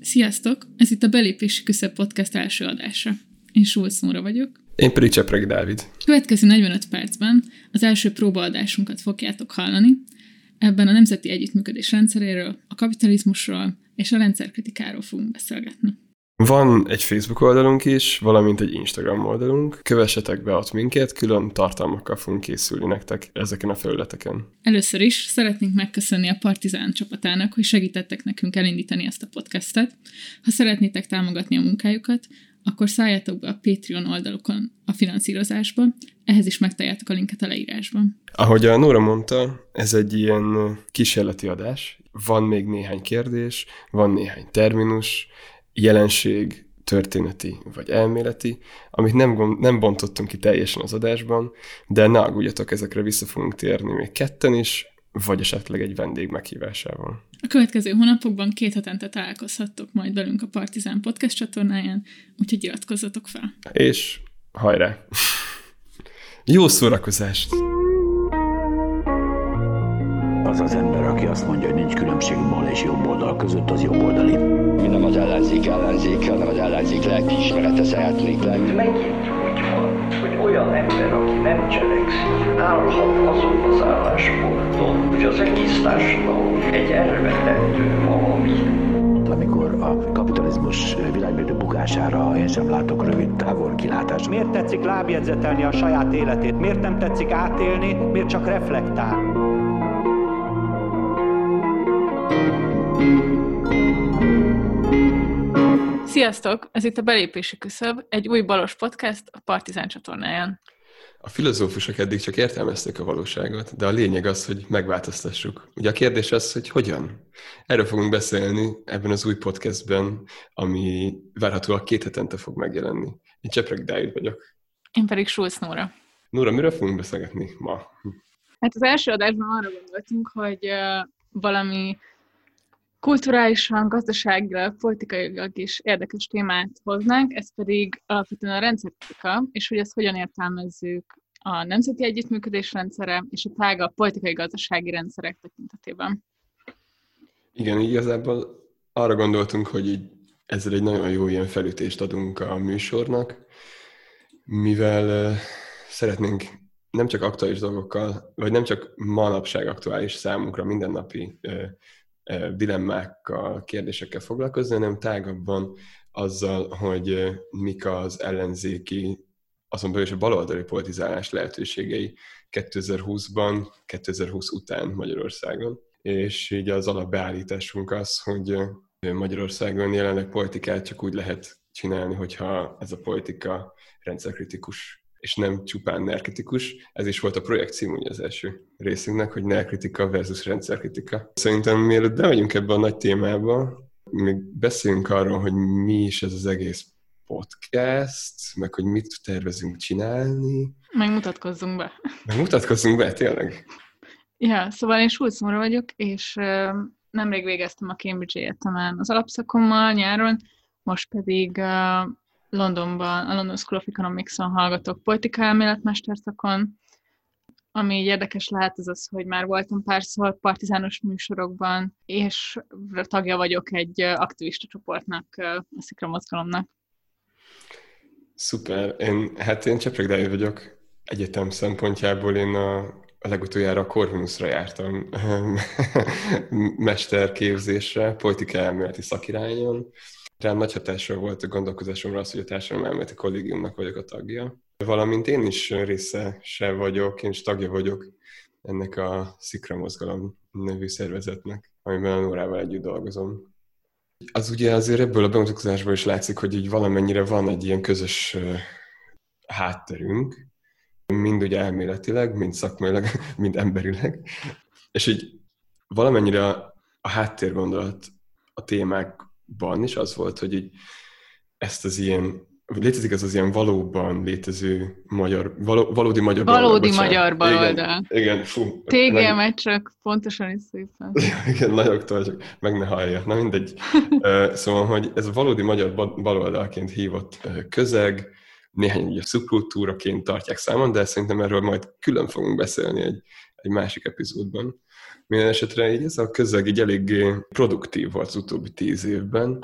Sziasztok! Ez itt a Belépési Küszöb Podcast első adása. Én Sulc Nóra vagyok. Én pedig Csepregi Dávid. Következő 45 percben az első próbaadásunkat fogjátok hallani. Ebben a nemzeti együttműködés rendszeréről, a kapitalizmusról és a rendszerkritikáról fogunk beszélgetni. Van egy Facebook oldalunk is, valamint egy Instagram oldalunk. Kövessetek be ott minket, külön tartalmakkal fogunk készülni nektek ezeken a felületeken. Először is szeretnénk megköszönni a Partizán csapatának, hogy segítettek nekünk elindítani ezt a podcastet. Ha szeretnétek támogatni a munkájukat, akkor szálljátok be a Patreon oldalukon a finanszírozásba, ehhez is megtaláljátok a linket a leírásban. Ahogy a Nóra mondta, ez egy ilyen kísérleti adás. Van még néhány kérdés, van néhány terminus, jelenség, történeti vagy elméleti, amit nem bontottunk ki teljesen az adásban, de ne aggódjatok, ezekre vissza fogunk térni még ketten is, vagy esetleg egy vendég meghívásával. A következő hónapokban 2 hetente találkozhattok majd velünk a Partizán podcast csatornáján, úgyhogy iratkozzatok fel. És hajrá! Jó szórakozást! Az az ember, aki azt mondja, hogy nincs különbség bal és jobb oldal között, az jobb oldali. Mi nem az ellenzék, hanem az ellenzék lelkiismerete szeretnék lenni. Megint úgy van, hogy olyan ember, aki nem cselekszik, állhat azon az állásponton, hogy az egész társadalom egy elvetendő valami. Amikor a kapitalizmus világmérdő bukására én sem látok rövid távol kilátást. Miért tetszik lábjegyzetelni a saját életét? Miért nem tetszik átélni? Miért csak reflektál? Sziasztok! Ez itt a Belépési Küszöb, egy új balos podcast a Partizán csatornáján. A filozófusok eddig csak értelmezték a valóságot, de a lényeg az, hogy megváltoztassuk. Ugye a kérdés az, hogy hogyan? Erről fogunk beszélni ebben az új podcastben, ami várhatóan 2 hetente fog megjelenni. Én Csepregi Dávid vagyok. Én pedig Sulc Nóra. Nóra, miről fogunk beszélgetni ma? Hát az első adásban arra gondoltunk, hogy valami kulturálisan, gazdaságilag, politikailag is érdekes témát hoznánk, ez pedig alapvetően a rendszerkritika, és hogy ezt hogyan értelmezzük a nemzeti együttműködés rendszere és a tágabb politikai-gazdasági rendszerek tekintetében. Igen, igazából arra gondoltunk, hogy így ezzel egy nagyon jó ilyen felütést adunk a műsornak, mivel szeretnénk nem csak aktuális dolgokkal, vagy nem csak manapság aktuális számunkra mindennapi dilemmákkal, kérdésekkel foglalkozni, hanem tágabban azzal, hogy mik az ellenzéki, azon belül is a baloldali politizálás lehetőségei 2020-ban, 2020 után Magyarországon. És így az alapbeállításunk az, hogy Magyarországon jelenleg politikát csak úgy lehet csinálni, hogyha ez a politika rendszerkritikus, és nem csupán nerkritikus. Ez is volt a projekt cím ugye az első részünknek, hogy nerkritika versus rendszerkritika. Szerintem mielőtt bemegyünk ebbe a nagy témába, még beszéljünk arról, hogy mi is ez az egész podcast, meg hogy mit tervezünk csinálni. Megmutatkozzunk be, tényleg? Ja, szóval én Sulc Nóra vagyok, és nemrég végeztem a Cambridge Egyetemen az alapszakommal nyáron, most pedig Londonban, a London School of Economics-on hallgatok politikaelmélet mesterszakon. Ami érdekes lehet az az, hogy már voltam párszor partizános műsorokban, és tagja vagyok egy aktivista csoportnak, a Szikra mozgalomnak. Szuper. Én Csepregi Dávid vagyok. Egyetem szempontjából én a legutoljára a Corvinusra jártam mesterképzésre, politikaelméleti szakirányon. Rám nagy hatással volt a gondolkozásomra az, hogy a Társadalomelméleti Kollégiumnak vagyok a tagja. Valamint én is része vagyok, én is tagja vagyok ennek a Szikra Mozgalom nevű szervezetnek, amiben a Nórával együtt dolgozom. Az ugye azért ebből a bemutatkozásból is látszik, hogy így valamennyire van egy ilyen közös hátterünk, mind ugye elméletileg, mind szakmailag, mind emberileg. És így valamennyire a háttérgondolat a témákban is az volt, hogy így ezt az ilyen, létezik az ilyen valóban létező valódi magyar baloldal. Igen, fú. TGM-et csak pontosan is szépen. Igen, nagyoktól csak meg ne hallja. Na mindegy. Szóval, hogy ez a valódi magyar baloldalként hívott közeg, néhány ugye szubkultúraként tartják számon, de szerintem erről majd külön fogunk beszélni egy másik epizódban. Minden esetre így ez a közeg így eléggé produktív volt az utóbbi 10 évben.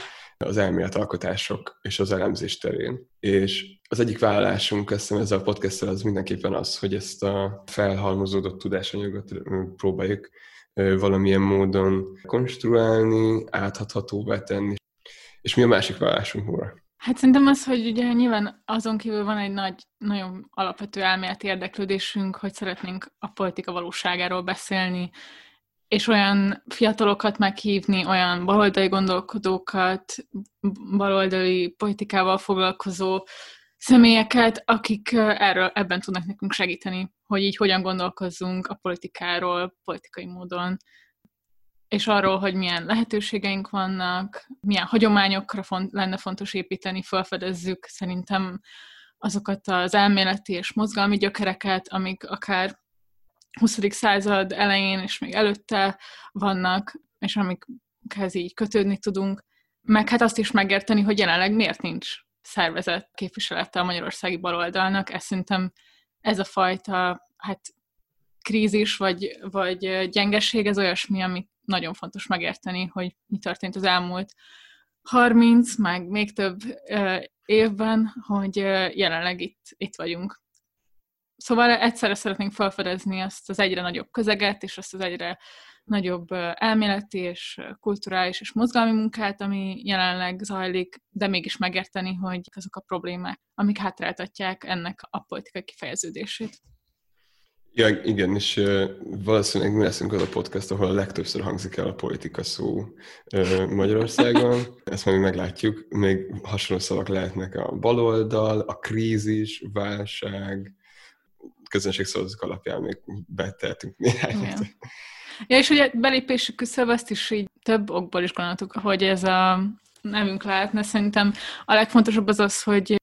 az elméletalkotások és az elemzés terén. És az egyik vállalásunk ezzel a podcasttel az mindenképpen az, hogy ezt a felhalmozódott tudásanyagot próbáljuk valamilyen módon konstruálni, áthathatóvá tenni. És mi a másik vállalásunk, Nóra? Hát szerintem az, hogy ugye nyilván azon kívül van egy nagyon alapvető elméleti érdeklődésünk, hogy szeretnénk a politika valóságáról beszélni, és olyan fiatalokat meghívni, olyan baloldali gondolkodókat, baloldali politikával foglalkozó személyeket, akik ebben tudnak nekünk segíteni, hogy így hogyan gondolkozzunk a politikáról, politikai módon, és arról, hogy milyen lehetőségeink vannak, milyen hagyományokra lenne fontos építeni, felfedezzük szerintem azokat az elméleti és mozgalmi gyökereket, amik akár 20. század elején és még előtte vannak, és amikhez így kötődni tudunk, meg hát azt is megérteni, hogy jelenleg miért nincs szervezett képviselete a magyarországi baloldalnak. Szerintem ez a fajta krízis vagy gyengeség, ez olyasmi, amit nagyon fontos megérteni, hogy mi történt az elmúlt 30, meg még több évben, hogy jelenleg itt vagyunk. Szóval egyszerre szeretnénk felfedezni azt az egyre nagyobb közeget, és azt az egyre nagyobb elméleti és kulturális és mozgalmi munkát, ami jelenleg zajlik, de mégis megérteni, hogy azok a problémák, amik hátráltatják ennek a politikai kifejeződését. Ja, igen, és valószínűleg mi leszünk az a podcast, ahol a legtöbbször hangzik el a politika szó Magyarországon. Ezt majd meglátjuk. Még hasonló szavak lehetnek a baloldal, a krízis, válság, közönségszavazatok alapján még betehetünk néhányat. Ja, és ugye belépési küszöb, azt is így több okból is gondoltuk, hogy ez a nevünk lehetne. Szerintem a legfontosabb az, hogy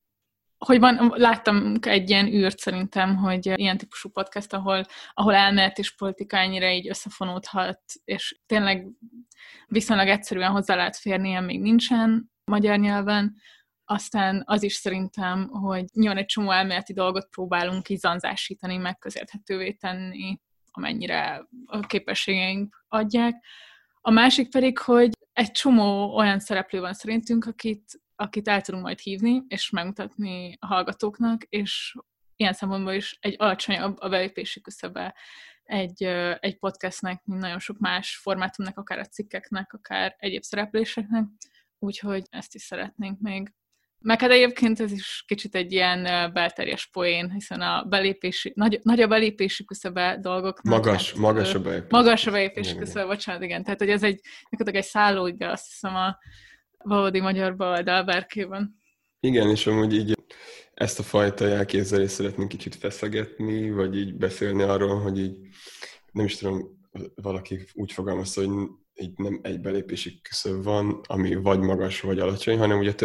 láttam egy ilyen űrt szerintem, hogy ilyen típusú podcast, ahol elmélet és politika ennyire így összefonódhat, és tényleg viszonylag egyszerűen hozzá lehet férni, ilyen még nincsen magyar nyelven. Aztán az is szerintem, hogy nyilván egy csomó elméleti dolgot próbálunk így zanzásítani, megközérthetővé tenni, amennyire a képességeink adják. A másik pedig, hogy egy csomó olyan szereplő van szerintünk, akit el tudunk majd hívni, és megmutatni a hallgatóknak, és ilyen szempontból is egy alacsonyabb a belépési küszöbe egy podcastnek, mint nagyon sok más formátumnak, akár a cikkeknek, akár egyéb szerepléseknek. Úgyhogy ezt is szeretnénk még. Meg hát egyébként ez is kicsit egy ilyen belterjes poén, hiszen a belépési, nagy a belépési küszöbe dolgoknak. Magas a belépési küszöbe, bocsánat, igen. Tehát, hogy ez egy szállóiga, azt hiszem, a valódi magyar baloldal berkében. Igen, és amúgy így ezt a fajta elképzelést szeretnénk kicsit feszegetni, vagy így beszélni arról, hogy így, nem is tudom, valaki úgy fogalmazta, hogy így nem egy belépési küszöb van, ami vagy magas, vagy alacsony, hanem ugye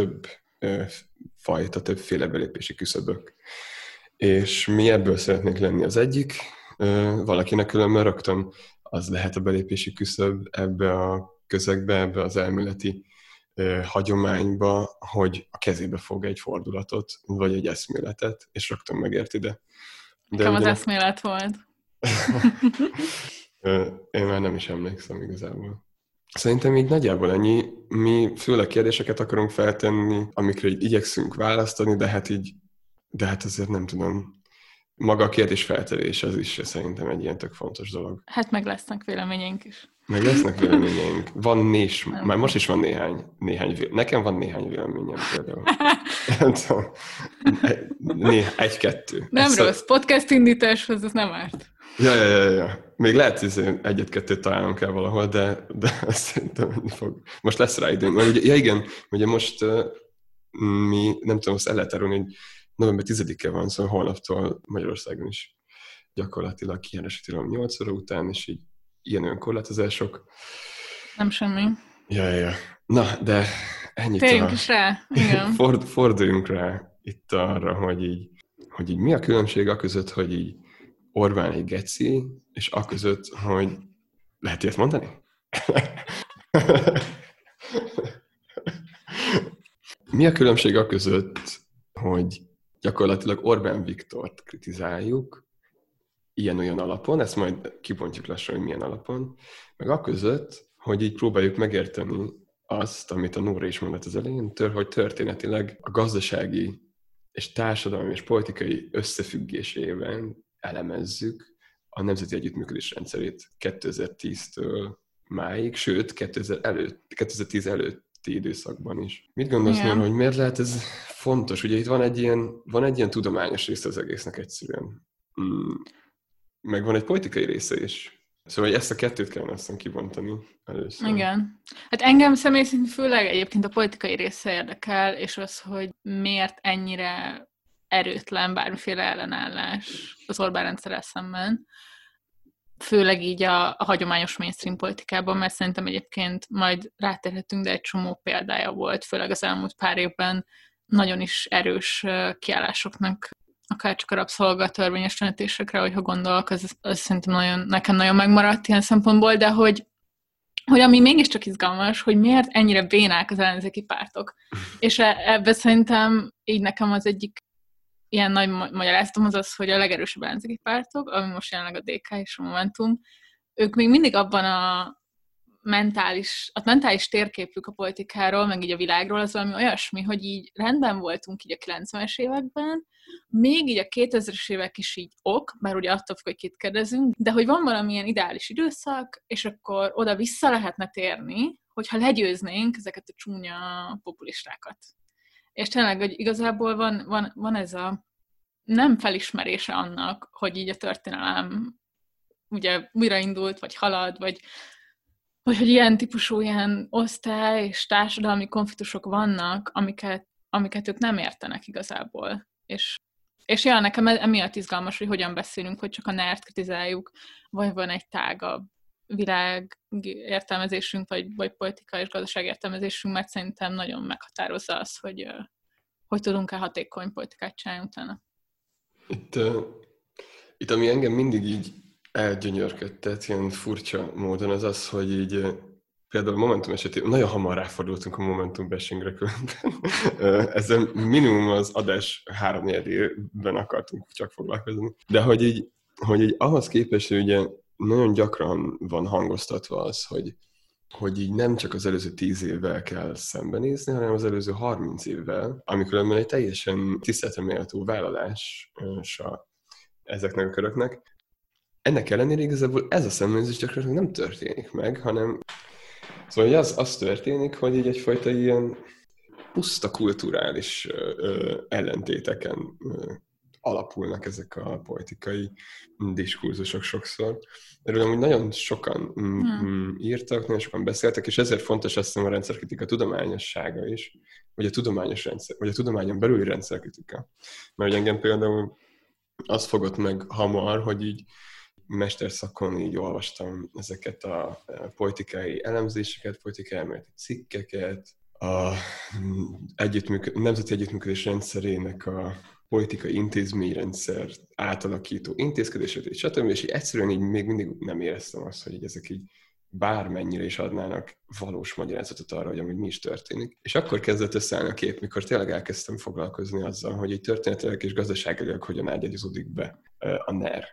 többféle belépési küszöbök. És mi ebből szeretnénk lenni az egyik, valakinek különben rögtön az lehet a belépési küszöb ebbe a közegbe, ebbe az elméleti hagyományba, hogy a kezébe fog egy fordulatot, vagy egy eszméletet, és rögtön megérti, de nekem az eszmélet volt. Én már nem is emlékszem igazából. Szerintem így nagyjából ennyi. Mi főleg kérdéseket akarunk feltenni, amikre így igyekszünk választani, de hát azért nem tudom. Maga a kérdés feltevés, az is szerintem egy ilyen tök fontos dolog. Hát meg lesznek véleményeink is. Meg lesznek véleményeink. Már most is van néhány nekem van néhány véleményem például. Nem tudom. Egy-kettő. Nem rossz. Podcast indításhoz ez nem árt. Ja. Még lehet, hogy egyet-kettőt találnom kell valahol, de azt szerintem fog. Most lesz rá időnk. Ja igen, ugye most mi, nem tudom, azt el lehet árulni, hogy november 10-e van, szóval holnaptól Magyarországon is gyakorlatilag kijárási tilalom 8 óra után, és így ilyen önkorlátozások. Nem semmi. Ja. Na, de ennyit. Térjünk is rá. Igen. Forduljunk rá itt arra, hogy így mi a különbség aközött, hogy így Orbán egy geci, és aközött, hogy lehet ilyet mondani? Mi a különbség aközött, hogy gyakorlatilag Orbán Viktort kritizáljuk ilyen-olyan alapon, ezt majd kibontjuk lassan, hogy milyen alapon, meg aközött, hogy így próbáljuk megérteni azt, amit a Nóra is mondott az elején, hogy történetileg a gazdasági és társadalmi és politikai összefüggésében elemezzük a nemzeti együttműködés rendszerét 2010-től máig, sőt 2010 előtti időszakban is. Mit gondolsz, Nóra, hogy miért lehet ez fontos? Ugye itt van egy ilyen tudományos része az egésznek egyszerűen. Meg van egy politikai része is. Szóval ezt a kettőt kellene aztán kibontani először. Igen. Hát engem személy szerint főleg egyébként a politikai része érdekel, és az, hogy miért ennyire erőtlen bármiféle ellenállás az Orbán rendszerrel szemben. Főleg így a hagyományos mainstream politikában, mert szerintem egyébként majd rátérhetünk, de egy csomó példája volt, főleg az elmúlt pár évben nagyon is erős kiállásoknak, akár csak a rabszolgatörvényes tüntetésekre, hogyha gondolok, az szerintem nekem nagyon megmaradt ilyen szempontból, de hogy ami mégiscsak izgalmas, hogy miért ennyire bénák az ellenzéki pártok. És ebben szerintem így nekem az egyik ilyen nagy magyarázatom az, hogy a legerősebb ellenzéki pártok, ami most jelenleg a DK és a Momentum, ők még mindig abban a mentális térképük a politikáról, meg így a világról, az valami olyasmi, hogy így rendben voltunk így a 90-es években, még így a 2000-es évek is így bár ugye attól függ, hogy kit kérdezünk, de hogy van valamilyen ideális időszak, és akkor oda vissza lehetne térni, hogyha legyőznénk ezeket a csúnya populistákat. És tényleg, hogy igazából van ez a nem felismerése annak, hogy így a történelem ugye újraindult, vagy halad, vagy hogy ilyen típusú ilyen osztály és társadalmi konfliktusok vannak, amiket ők nem értenek igazából. És nekem emiatt izgalmas, hogy hogyan beszélünk, hogy csak a NER-t kritizáljuk, vagy van egy tágabb világ értelmezésünk, vagy politikai és gazdaság értelmezésünk, mert szerintem nagyon meghatározza az, hogy tudunk-e hatékony politikát csinálni utána. Itt ami engem mindig így elgyönyörködtet ilyen furcsa módon, az, hogy így például a Momentum esetében nagyon hamar ráfordultunk a Momentum bashingre különben. Ezzel minimum az adás 3/4-ben akartunk csak foglalkozni. De hogy így ahhoz képest, hogy ugye nagyon gyakran van hangoztatva az, hogy így nem csak az előző 10 évvel kell szembenézni, hanem az előző 30 évvel, amikor egy teljesen tiszteletre méltó vállalása ezeknek a köröknek. Ennek ellenére igazából ez a szembenézés gyakorlatilag nem történik meg, hanem szóval hogy az történik, hogy így egyfajta ilyen puszta kulturális ellentéteken alapulnak ezek a politikai diskurzusok sokszor. Erről amúgy nagyon sokan írtak, nagyon sokan beszéltek, és ezért fontos azt hiszem a rendszerkritika tudományossága is, vagy a tudományos rendszer, vagy a tudományon belüli rendszerkritika. Mert engem például az fogott meg hamar, hogy így mesterszakon így olvastam ezeket a politikai elemzéseket, politikai elméleti cikkeket, a nemzeti együttműködés rendszerének a politikai intézményrendszer átalakító intézkedését, stb. És így egyszerűen így még mindig nem éreztem azt, hogy így ezek így bármennyire is adnának valós magyarázatot arra, hogy amúgy mi is történik. És akkor kezdett összeállni a kép, mikor tényleg elkezdtem foglalkozni azzal, hogy így történetileg és gazdaságilag hogyan ágyazódik be a NER.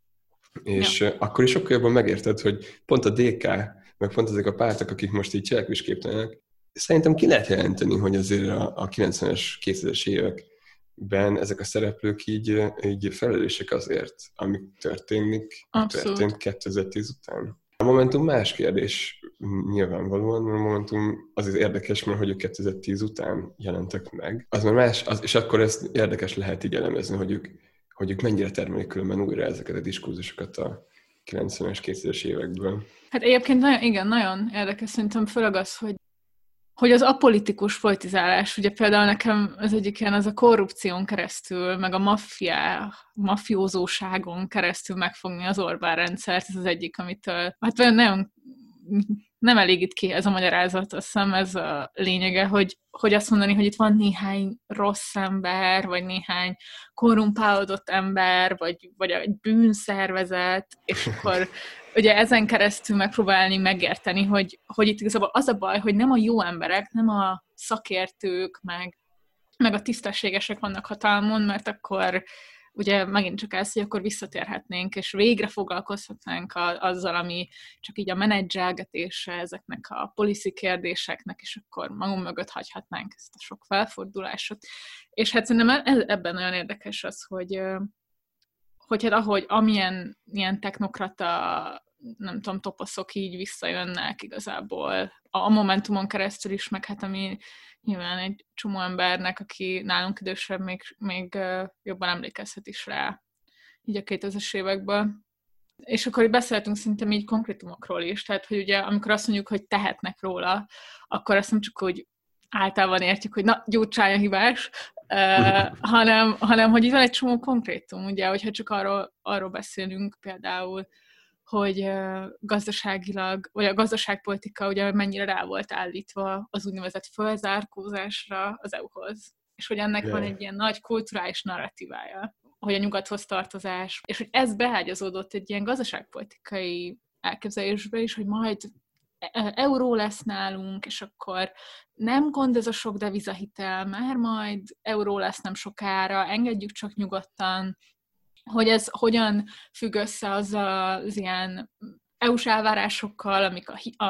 És akkor is sokkal jobban megérted, hogy pont a DK, meg pont ezek a pártok, akik most így cselekvésképtelenek, szerintem ki lehet jelenteni, hogy azért a 90-es, 2000-es években ezek a szereplők így felelősek azért, ami történt 2010 után. A Momentum más kérdés nyilvánvalóan, mert a Momentum azért érdekes, mert hogy ők 2010 után jelentek meg. Az már más, és akkor ezt érdekes lehet így elemezni, hogy ők mennyire termelik különben újra ezeket a diskurzusokat a 90-es, 2000-es évekből. Hát egyébként nagyon érdekes szerintem főleg az, hogy az apolitikus politizálás, ugye például nekem az egyik ilyen az a korrupción keresztül, meg a mafiózóságon keresztül megfogni az Orbán rendszert, ez az egyik, amitől, hát nagyon nem elégít ki ez a magyarázat, azt hiszem ez a lényege, hogy azt mondani, hogy itt van néhány rossz ember, vagy néhány korrumpálódott ember, vagy egy bűnszervezet, és akkor ugye ezen keresztül megpróbálni megérteni, hogy itt igazából az a baj, hogy nem a jó emberek, nem a szakértők, meg a tisztességesek vannak hatalmon, mert akkor ugye megint csak ez, hogy akkor visszatérhetnénk, és végre foglalkozhatnánk azzal, ami csak így a menedzselgetése ezeknek a policy kérdéseknek, és akkor magunk mögött hagyhatnánk ezt a sok felfordulásot. És hát szerintem ebben nagyon érdekes az, hogy hát ahogy amilyen ilyen technokrata, nem tudom, toposzok így visszajönnek igazából a Momentumon keresztül is, meg hát ami nyilván egy csomó embernek, aki nálunk idősebb, még jobban emlékezhet is rá, így a 2000-es évekből. És akkor beszéltünk szerintem így konkrétumokról is, tehát hogy ugye amikor azt mondjuk, hogy tehetnek róla, akkor azt nem csak úgy általában értjük, hogy na, Gyurcsány a hibás, hanem hogy itt van egy csomó konkrétum, ugye, hogyha csak arról beszélünk például, hogy gazdaságilag, vagy a gazdaságpolitika ugye mennyire rá volt állítva az úgynevezett fölzárkózásra az EU-hoz. És hogy ennek van egy ilyen nagy kulturális narratívája, hogy a nyugathoz tartozás, és hogy ez beágyazódott egy ilyen gazdaságpolitikai elképzelésbe is, hogy majd euró lesz nálunk, és akkor nem gond ez a sok devizahitel, mert majd euró lesz nem sokára, engedjük csak nyugodtan, hogy ez hogyan függ össze azzal az ilyen EU-s elvárásokkal, amik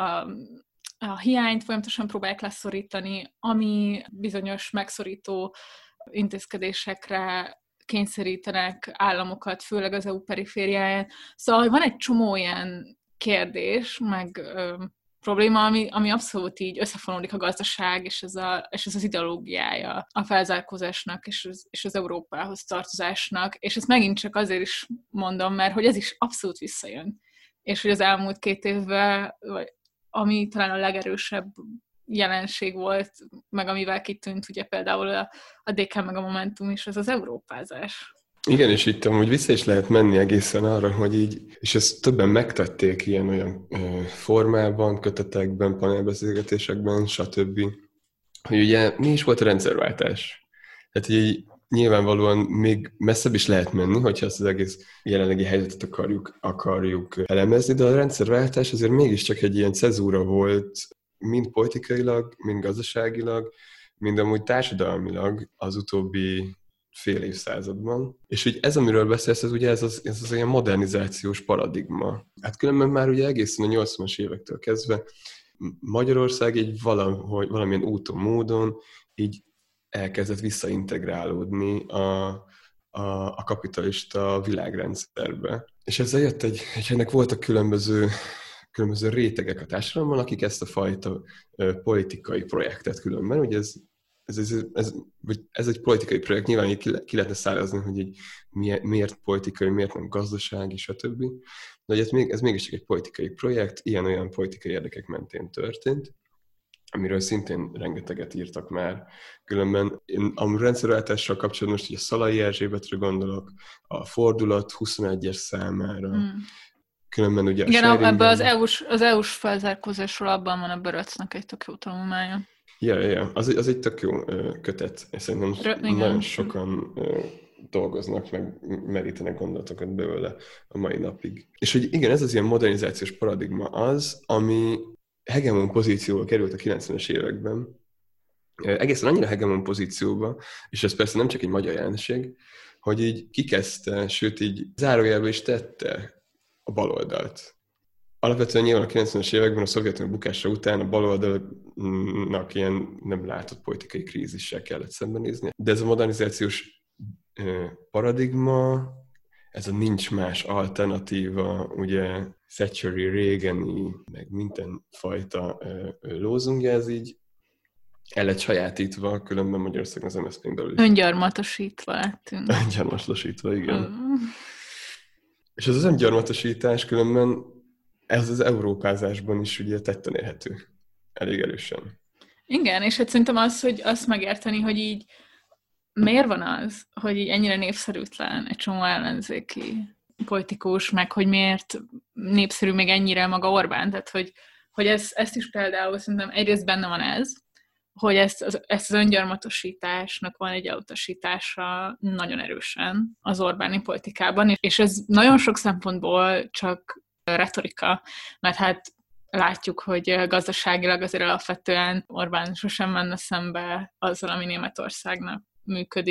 a hiányt folyamatosan próbálják leszorítani, ami bizonyos megszorító intézkedésekre kényszerítenek államokat, főleg az EU perifériáján. Szóval van egy csomó ilyen kérdés, meg probléma, ami abszolút így összefonódik a gazdaság, és ez az ideológiája a felzárkózásnak, és az Európához tartozásnak, és ezt megint csak azért is mondom, mert hogy ez is abszolút visszajön. És hogy az elmúlt 2 évben, ami talán a legerősebb jelenség volt, meg amivel kitűnt, ugye például a DK meg a Momentum is, az európázás. Igen, és itt amúgy vissza is lehet menni egészen arra, hogy így, és ezt többen megtették ilyen-olyan formában, kötetekben, panelbeszélgetésekben, stb., hogy ugye mi is volt a rendszerváltás. Tehát így nyilvánvalóan még messzebb is lehet menni, hogyha ezt az egész jelenlegi helyzetet akarjuk elemezni, de a rendszerváltás azért mégiscsak egy ilyen cezúra volt, mind politikailag, mind gazdaságilag, mind amúgy társadalmilag az utóbbi fél évszázadban. És hogy ez, amiről beszélsz, ez ugye ez az ilyen modernizációs paradigma. Hát különben már ugye egészen a 80-as évektől kezdve Magyarország így valamilyen úton, módon így elkezdett visszaintegrálódni a kapitalista világrendszerbe. És ezzel jött ennek voltak különböző rétegek a társadalomban, akik ezt a fajta politikai projektet különben, ugye ez egy politikai projekt, nyilván így ki lehetne szárazni, hogy így miért politikai, miért nem gazdasági, stb. De ez mégiscsak egy politikai projekt, ilyen-olyan politikai érdekek mentén történt, amiről szintén rengeteget írtak már. Különben én a rendszerváltással kapcsolatban most így a Szalai Erzsébetre gondolok, a Fordulat 21-es számára, különben ugye igen, ebben az EU-s felzárkózásról abban van a Böröcnek egy tök jó tanulmánya. Ja, az egy tök jó kötet, és szerintem nagyon sokan dolgoznak, meg merítenek gondolatokat belőle a mai napig. És hogy igen, ez az ilyen modernizációs paradigma az, ami hegemon pozícióba került a 90-es években. Egészen annyira hegemon pozícióba, és ez persze nem csak egy magyar jelenség, hogy így kikezdte, sőt így zárójelbe is tette a baloldalt. Alapvetően nyilván a 90-es években a Szovjetunió bukása után a baloldalnak ilyen nem látott politikai krízissel kellett szembenézni. De ez a modernizációs paradigma, ez a nincs más alternatíva, ugye Thatcheri, Reagani, meg mindenfajta lózungja, ez így el lett sajátítva, különben Magyarországon az MSZP-n belül. Öngyarmatosítva lettünk. Öngyarmatosítva, igen. És ez az öngyarmatosítás különben ez az európázásban is ugye tetten érhető. Elég erősen. Igen, és hát szerintem az, hogy azt megérteni, hogy így miért van az, hogy így ennyire népszerűtlen egy csomó ellenzéki politikus, meg hogy miért népszerű még ennyire maga Orbán. Tehát, hogy ezt is például szerintem egyrészt benne van ez, hogy ezt az öngyarmatosításnak van egy elutasítása nagyon erősen az Orbáni politikában, és ez nagyon sok szempontból csak retorika, mert hát látjuk, hogy gazdaságilag azért alapvetően Orbán sosem menne szembe azzal, ami Németországnak működik.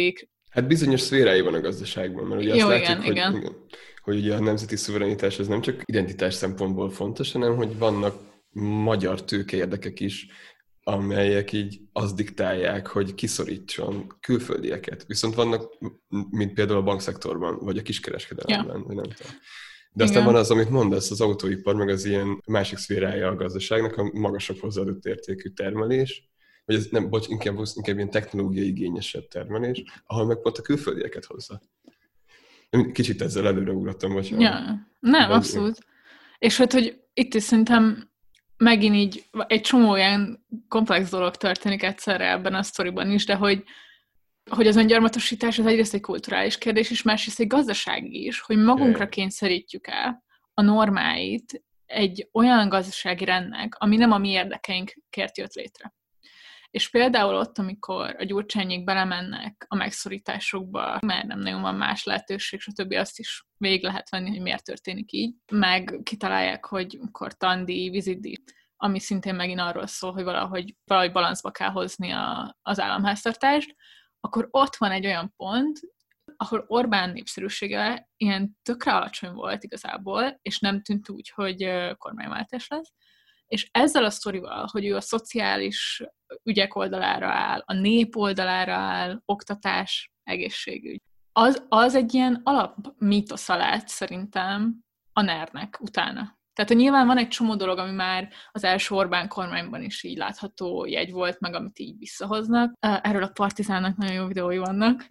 Hát bizonyos szférái van a gazdaságban, mert ugye Jó, azt igen, látjuk, igen. hogy ugye a nemzeti szuverenitás az nem csak identitás szempontból fontos, hanem hogy vannak magyar tőkeérdekek is, amelyek így azt diktálják, hogy kiszorítson külföldieket. Viszont vannak, mint például a bankszektorban, vagy a kiskereskedelemben, vagy nem tudom. De aztán van az, amit mondasz, az autóipar, meg az ilyen másik szférája a gazdaságnak, a magasabb hozzáadott értékű termelés, vagy ez nem, inkább ilyen technológiai igényesebb termelés, ahol meg pont a külföldieket hozza. Kicsit ezzel előreugrottam, vagy Ja, nem, abszolút. És hogy itt is szerintem megint így egy csomó ilyen komplex dolog történik egyszerre ebben a sztoriban is, de hogy az öngyarmatosítás az egyrészt egy kulturális kérdés, és másrészt egy gazdasági is, hogy magunkra kényszerítjük el a normáit egy olyan gazdasági rendnek, ami nem a mi érdekeinkért jött létre. És például ott, amikor a Gyurcsányék belemennek a megszorításokba, mert nem nagyon van más lehetőség, stb. Azt is végig lehet venni, hogy miért történik így. Meg kitalálják, hogy akkor tandíj, vizitdíj, ami szintén megint arról szól, hogy valahogy balanszba kell hozni az államháztartást, akkor ott van egy olyan pont, ahol Orbán népszerűsége ilyen tökre alacsony volt igazából, és nem tűnt úgy, hogy kormányváltás lesz. És ezzel a sztorival, hogy ő a szociális ügyek oldalára áll, a nép oldalára áll, oktatás, egészségügy. Az egy ilyen alapmítosza lett szerintem a NER-nek utána. Tehát nyilván van egy csomó dolog, ami már az első Orbán kormányban is így látható jegy volt, meg amit így visszahoznak. Erről a Partizánnak nagyon jó videói vannak.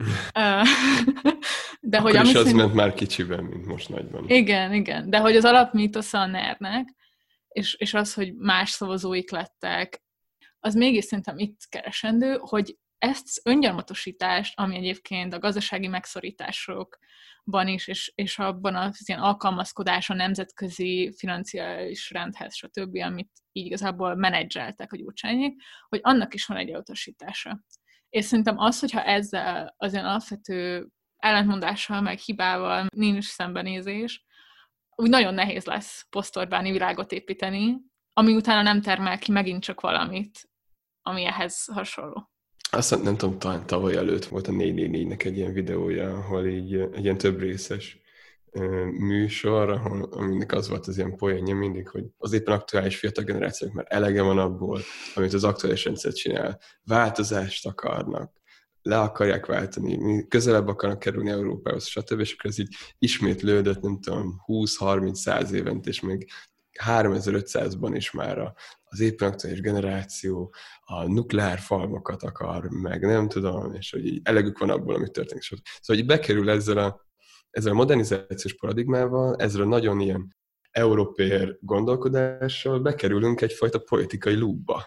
De akkor hogy is az ment már kicsiben, mint most nagyban. Igen. De hogy az alapmítosza a NER-nek, és az, hogy más szavazóik lettek, az mégis szerintem itt keresendő, hogy ezt az öngyarmatosítást, ami egyébként a gazdasági megszorításokban is, és abban az ilyen alkalmazkodás a nemzetközi financiális rendhez, stb., amit így igazából menedzseltek a Gyurcsányék, hogy annak is van egy elutasítása. És szerintem az, hogyha ezzel az ilyen alapvető ellentmondással, meg hibával nincs szembenézés, úgy nagyon nehéz lesz posztorbáni világot építeni, ami utána nem termel ki megint csak valamit, ami ehhez hasonló. Azt nem tudom, talán tavaly előtt volt a 444-nek egy ilyen videója, ahol így egy ilyen több részes műsor, aminek az volt az ilyen poénja mindig, hogy az éppen aktuális fiatal generációk már elege van abból, amit az aktuális rendszer csinál. Változást akarnak, le akarják váltani, közelebb akarnak kerülni Európához, stb. És akkor ez így ismétlődött, nem tudom, 20-30-100 évent, és még 3500-ban is már az éppen aktuális generáció a nukleár falmakat akar, meg nem tudom, és hogy így elegük van abból, amit történik. Szóval, hogy bekerül ezzel a modernizációs paradigmával, ezzel a nagyon ilyen európér gondolkodással bekerülünk egyfajta politikai loopba.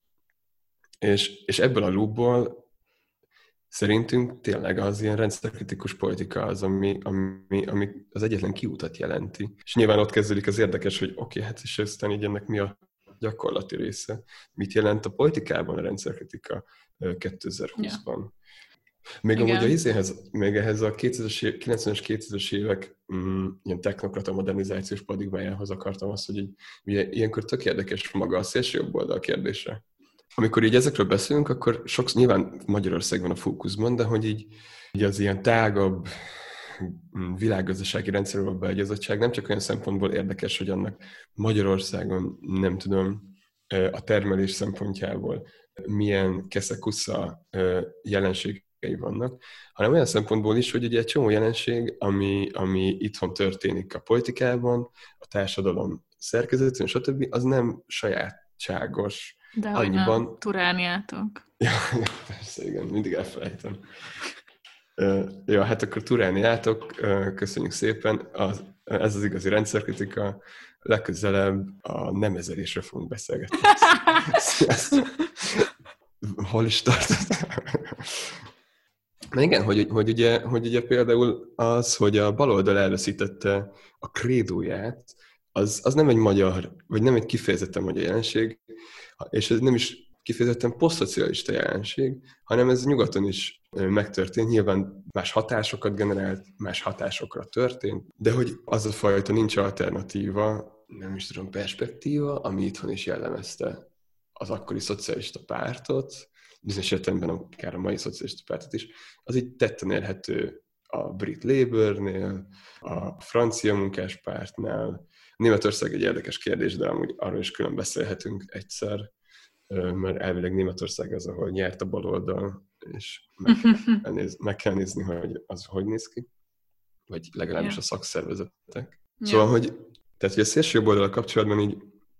És ebből a loopból szerintünk tényleg az ilyen rendszerkritikus politika az, ami az egyetlen kiútat jelenti. És nyilván ott kezdődik az érdekes, hogy oké, hát és aztán így ennek mi a gyakorlati része. Mit jelent a politikában a rendszerkritika 2020-ban? Még amúgy még ehhez a 90-es, 2000-es évek ilyen technokrata modernizációs paradigmájához akartam azt, hogy így, ugye, ilyenkor tök érdekes maga a szélső jobb oldal kérdése. Amikor így ezekről beszélünk, akkor nyilván Magyarország van a fókuszban, de hogy így az ilyen tágabb világgazdasági rendszerről a beágyazottság nem csak olyan szempontból érdekes, hogy annak Magyarországon, nem tudom, a termelés szempontjából milyen keszekusza jelenségei vannak, hanem olyan szempontból is, hogy ugye egy csomó jelenség, ami itthon történik a politikában, a társadalom szerkezetén, stb., az nem sajátságos. De annyiban... hogy nem, Turániátok. Ja, persze, igen, mindig elfelejtem. Ja, hát akkor Turániátok, köszönjük szépen. Ez az igazi rendszerkritika. Legközelebb a nemezelésre fogunk beszélgetni. Sziasztok! Hol is tartott? Na igen, hogy ugye például az, hogy a baloldal elveszítette a krédóját, az nem egy magyar, vagy nem egy kifejezetten magyar jelenség, és ez nem is kifejezetten posztszocialista jelenség, hanem ez nyugaton is megtörtént, nyilván más hatásokat generált, más hatásokra történt, de hogy az a fajta nincs alternatíva, nem is tudom, perspektíva, ami itthon is jellemezte az akkori szocialista pártot, bizonyos értelemben akár a mai szocialista pártot is, az így tetten érhető a brit Labournél, a francia munkáspártnál. Németország egy érdekes kérdés, de amúgy arról is külön beszélhetünk egyszer, mert elvileg Németország az, ahol nyert a baloldal, és meg kell nézni, hogy az hogy néz ki, vagy legalábbis a szakszervezetek. Szóval, hogy a szélső jobboldal kapcsolatban így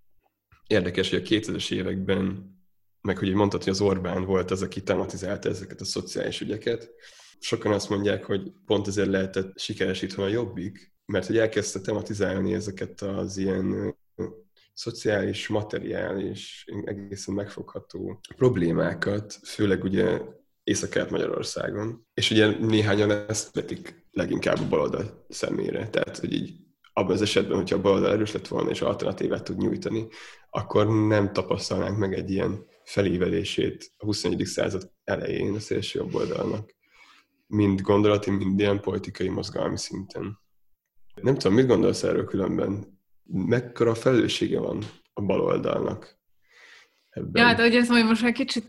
érdekes, hogy a 2000-es években, meg hogy így mondtad, hogy az Orbán volt az, aki tematizálta ezeket a szociális ügyeket. Sokan azt mondják, hogy pont ezért lehetett sikeres itthon a Jobbik, mert hogy elkezdte tematizálni ezeket az ilyen szociális, materiális, egészen megfogható problémákat, főleg ugye Észak-Kelet-Magyarországon. És ugye néhányan ezt vetik leginkább a baloldal szemére. Tehát, hogy így abban az esetben, hogyha a baloldal erős lett volna és alternatívát tud nyújtani, akkor nem tapasztalnánk meg egy ilyen felévelését a 21. század elején a szélső jobboldalnak. Mind gondolati, mind ilyen politikai, mozgalmi szinten. Nem tudom, mit gondolsz erről különben? Mekkora felelőssége van a baloldalnak ebben? Ja, hát ugye ezt most egy kicsit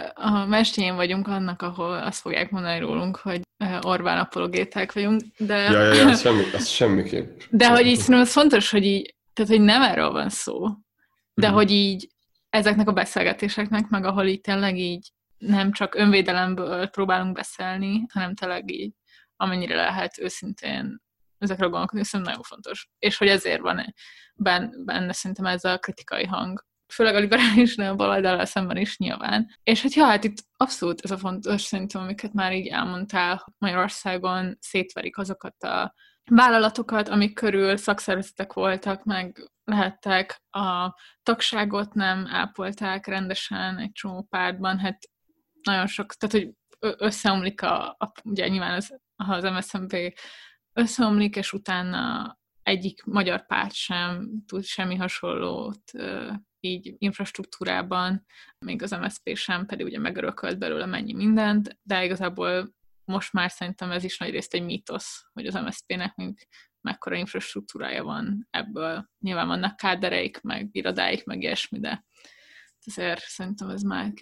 a mestéjén vagyunk annak, ahol azt fogják mondani rólunk, hogy Orbán apologéták vagyunk, de... Ja, az semmiképp. De hogy így szerintem az fontos, hogy így, tehát hogy nem erről van szó, de hogy így ezeknek a beszélgetéseknek, meg ahol így tényleg így nem csak önvédelemből próbálunk beszélni, hanem tényleg így amennyire lehet őszintén ezekről gondolkodni, szerintem nagyon fontos. És hogy ezért van benne szerintem ez a kritikai hang. Főleg a liberálisnál, a baloldallal szemben is nyilván. És hogy hát itt abszolút ez a fontos, szerintem, amiket már így elmondtál, Magyarországon szétverik azokat a vállalatokat, amik körül szakszervezetek voltak, meg lehettek, a tagságot nem ápolták rendesen egy csomó pártban, hát nagyon sok, tehát hogy összeomlik ugye nyilván az MSZNP összeomlik, és utána egyik magyar párt sem tud semmi hasonlót így infrastruktúrában, még az MSZP sem, pedig ugye megörökölt belőle mennyi mindent, de igazából most már szerintem ez is nagyrészt egy mítosz, hogy az MSZP-nek mekkora infrastruktúrája van ebből. Nyilván vannak kádereik, meg irodáik, meg ilyesmi, de azért szerintem ez már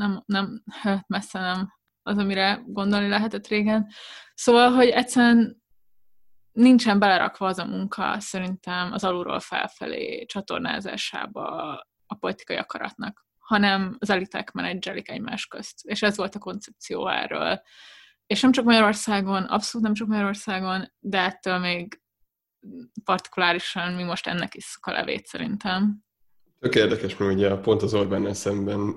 nem messze nem az, amire gondolni lehetett régen. Szóval, hogy egyszerűen nincsen belerakva az a munka szerintem az alulról felfelé csatornázásába a politikai akaratnak, hanem az elitek menedzselik egymás közt. És ez volt a koncepció erről. És nem csak Magyarországon, abszolút nem csak Magyarországon, de ettől még partikulárisan mi most ennek isszuk a levét szerintem. Tök érdekes, mert ugye pont az Orbánnal szemben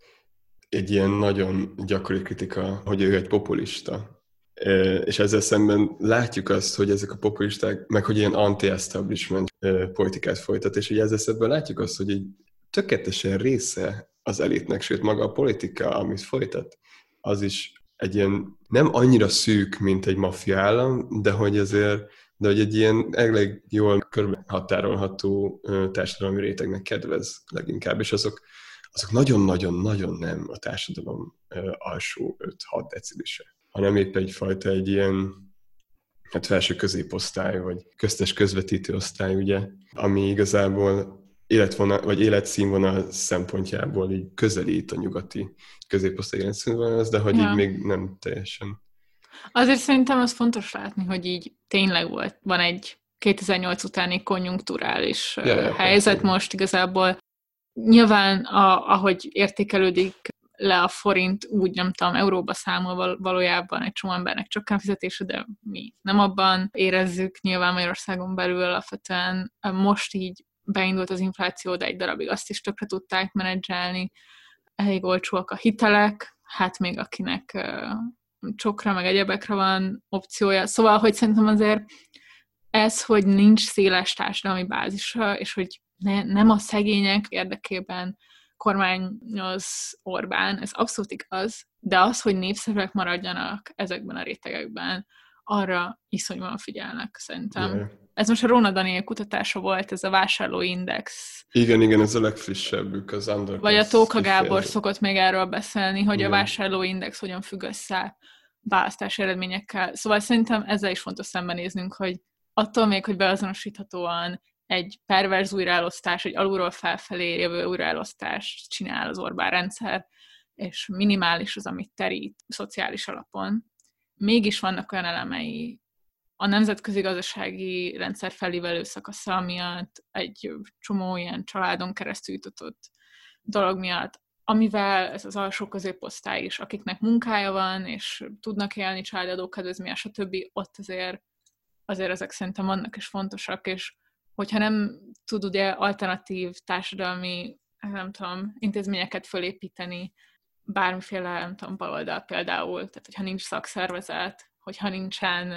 egy ilyen nagyon gyakori kritika, hogy ő egy populista. És ezzel szemben látjuk azt, hogy ezek a populisták, meg hogy ilyen anti-establishment politikát folytat, és ugye ezzel szemben látjuk azt, hogy egy tökéletesen része az elitnek, sőt maga a politika, amit folytat, az is egy ilyen nem annyira szűk, mint egy maffia állam, de hogy egy ilyen elég jól körbehatárolható társadalmi rétegnek kedvez leginkább, és azok nagyon-nagyon-nagyon nem a társadalom alsó 5-6 decilise, hanem épp egyfajta egy ilyen felső középosztály, vagy köztes közvetítő osztály, ugye, ami igazából életszínvonal szempontjából így közelít a nyugati középosztály életszínvonalhoz, de hogy így még nem teljesen. Azért szerintem az fontos látni, hogy így tényleg van egy 2008 utáni konjunkturális helyzet most igazából. Nyilván, ahogy értékelődik le a forint, úgy nem tudom, euróba számol valójában egy csomó embernek csökken a fizetése, de mi nem abban érezzük, nyilván Magyarországon belül alapvetően most így beindult az infláció, de egy darabig azt is tökre tudták menedzselni. Elég olcsóak a hitelek, hát még akinek csokra, meg egyebekre van opciója. Szóval, hogy szerintem azért ez, hogy nincs széles társadalmi bázisa, és hogy nem a szegények érdekében kormányoz Orbán, ez abszolút igaz, de az, hogy népszerűek maradjanak ezekben a rétegekben, arra iszonyúan figyelnek, szerintem. Yeah. Ez most a Róna Daniel kutatása volt, ez a vásárlóindex. Igen, ez a legfrissebbük, az Underpass. Vagy a Tóka Gábor szokott még erről beszélni, hogy a vásárlóindex hogyan függ össze választási eredményekkel. Szóval szerintem ezzel is fontos szembenéznünk, hogy attól még, hogy beazonosíthatóan egy perverz újraelosztás, egy alulról felfelé jövő újraelosztást csinál az Orbán rendszer, és minimális az, amit terít szociális alapon, mégis vannak olyan elemei a nemzetközi gazdasági rendszer felívelő szakasza miatt, egy csomó ilyen családon keresztül jutott dolog miatt, amivel ez az alsó középosztály is, akiknek munkája van, és tudnak élni családi adókedvezménnyel, stb. Ott azért ezek szerintem vannak és fontosak, és hogyha nem tud ugye alternatív társadalmi, nem tudom, intézményeket fölépíteni, bármiféle, nem tudom, baloldal például, tehát hogyha nincs szakszervezet, hogyha nincsen